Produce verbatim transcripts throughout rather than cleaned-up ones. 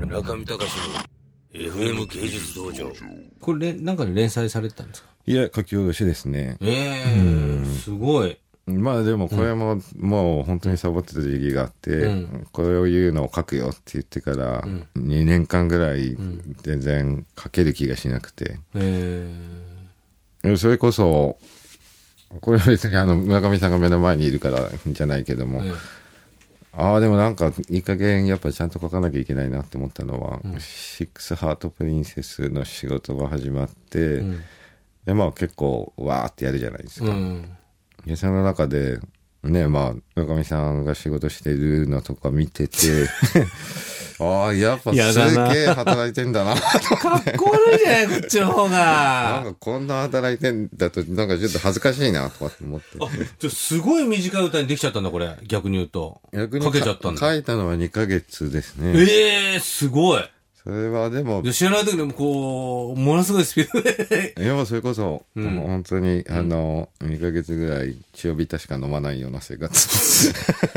村上隆の エフエム 芸術道場。 これなんかで連載されてたんですか？ いや、書き下ろしですね。 ええー、すごい。 まあでもこれも、うん、もう本当にサボってた時期があって、うん、これを言うのを書くよって言ってからにねんかんぐらい全然書ける気がしなくて、うん、えー、それこそこれは別にあの村上さんが目の前にいるからじゃないけども、えー、ああでもなんかいい加減やっぱちゃんと書かなきゃいけないなって思ったのは、うん、シックスハートプリンセスの仕事が始まって、うん、でまあ結構わーってやるじゃないですか、うん、でその中でねまあ村上さんが仕事してるのとか見ててああやっぱすげえ働いてんだなかっこ悪いじゃないこっちの方がなんかこんな働いてんだとなんかちょっと恥ずかしいなとかって思ってて、あちょすごい短い歌にできちゃったんだこれ。逆に言うと逆にかけちゃったんだ。 書いたのはにかげつですね。 ええー、すごい。 それはでも知らない時でもこうものすごいスピードでいやもうそれこそ、うん、本当にあの、うん、にかげつぐらい千代ビタしか飲まないような生活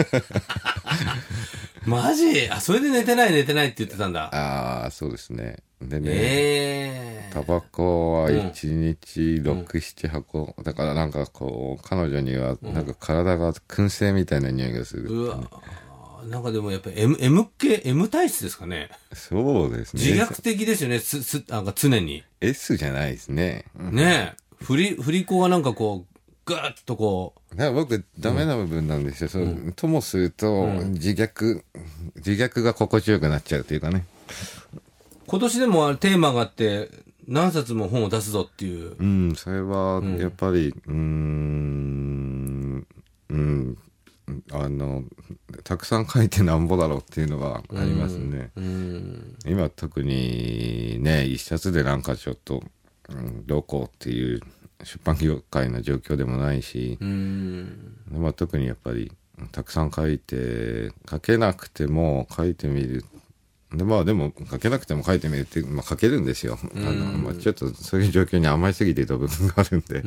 マジ？あ、それで寝てない寝てないって言ってたんだ。 ああ、そうですね。でね、 えー、 タバコはいちにちろく、ななはこ、だからなんかこう、彼女にはなんか体が燻製みたいな匂いがする、ね、 うわなんかでもやっぱり M, M 系、M 体質ですかね。 そうですね。 自虐的ですよね、つ、つ、なんか常に。 S じゃないですね。 ねえ。振り、振り子がなんかこう、ぐーっとこう。 だから僕、ダメな部分なんですよ。うん、そうともすると、自虐、自虐が心地よくなっちゃうというかね。 今年でもテーマがあって、何冊も本を出すぞっていう。 うん、それは、やっぱり、うん、うーん、うんあのたくさん書いてなんぼだろうっていうのはありますね、うんうん、今特にね一冊でなんかちょっと、うん、どうこうっていう出版業界の状況でもないし、うん、まあ、特にやっぱりたくさん書いて書けなくても書いてみるでまあでも書けなくても書いてみるって、まあ、書けるんですよ、うん、あのまあ、ちょっとそういう状況に甘いすぎていた部分があるんで、うん、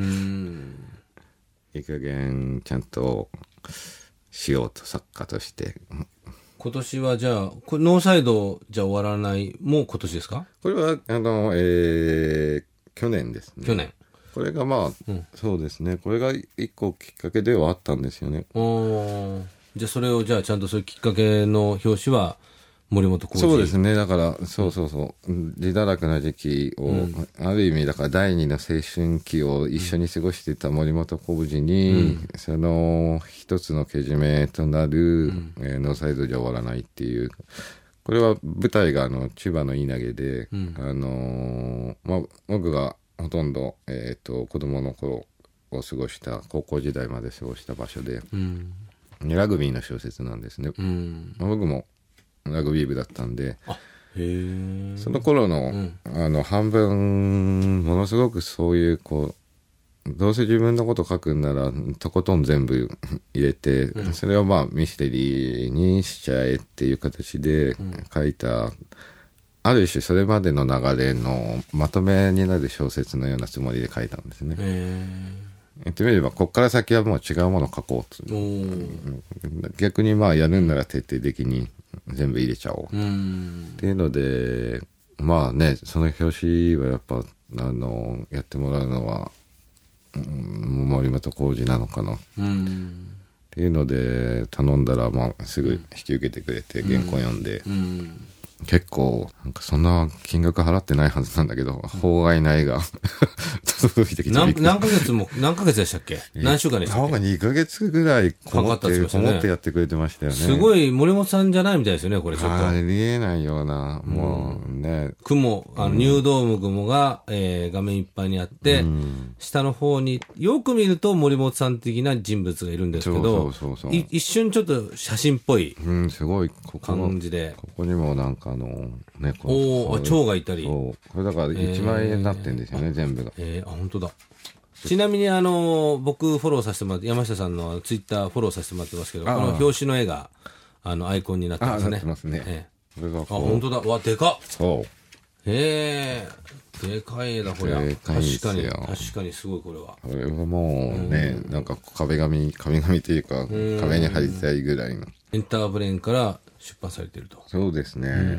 いい加減ちゃんとしようと作家として今年はじゃあこれノーサイドじゃ終わらないもう今年ですか？ これはあの、えー、去年ですね。 去年これがまあ、うん、そうですねこれが一個きっかけではあったんですよね。 おじゃあそれをじゃあちゃんとそういうきっかけの表紙は森本浩二。 そうですねだからそうそうそう自堕落な時期を、うん、ある意味だから第二の青春期を一緒に過ごしていた森本浩二に、うん、その一つのけじめとなる、うんえー、ノーサイドじゃ終わらないっていうこれは舞台があの千葉の稲毛で、うん、あのーまあ、僕がほとんど、えー、と子供の頃を過ごした高校時代まで過ごした場所で、うん、ラグビーの小説なんですね、うんまあ、僕もラグビー部だったんであへその頃の、うん、あの半分ものすごくそういうこうどうせ自分のこと書くんならとことん全部入れて、うん、それをまあミステリーにしちゃえっていう形で書いた、うん、ある種それまでの流れのまとめになる小説のようなつもりで書いたんですね。へ言ってみればこっから先はもう違うものを書こうと逆にまあやるんなら徹底的に全部入れちゃおうっていうのでまあねその表紙はやっぱあのやってもらうのは、うん、森本浩二なのかなっていうので頼んだらまあすぐ引き受けてくれて原稿読んで、うんうん結構なんかそんな金額払ってないはずなんだけど法外な絵が届いてきて何何ヶ月も何ヶ月でしたっけ何週間でしたっけなんかにかげつぐらいこもって、ね、こもってやってくれてましたよね。 すごい森本さんじゃないみたいですよねこれちょっとありえないようなもうね、 うん、雲あの、うん、入道雲雲が、えー、画面いっぱいにあって、うん、下の方によく見ると森本さん的な人物がいるんですけどそうそうそうそう一瞬ちょっと写真っぽいうんすごいここ感じでここにもなんかあのね、 おお、蝶がいたり。 そう。これだからいちまん円になってるんですよね、えー、全部が。 えー、あ、本当だ。ちなみにあの、僕フォローさせてもらって、山下さんのツイッターフォローさせてもらってますけど、この表紙の絵が、あの、アイコンになってますね。 なってますね。えー、これがあ、本当だ。わ、でかっ。 そう。 へえー、でかい絵だ、これは。 でかいですよ。 確かに、確かにすごい、これは。 これはもうね、うん、なんか壁紙、壁紙というか、壁に貼りたいぐらいの。 エンターブレインから出版されていると。 そうですね。うん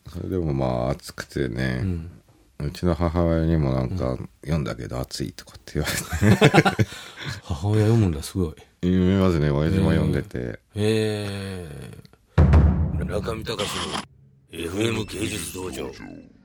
それでもまあ暑くてね、うん、うちの母親にもなんか、うん、読んだけど暑いとかって言われて母親読むんだ、すごい。 読みますね、親父も読んでて。へえー、中見隆の エフエム 芸術道場。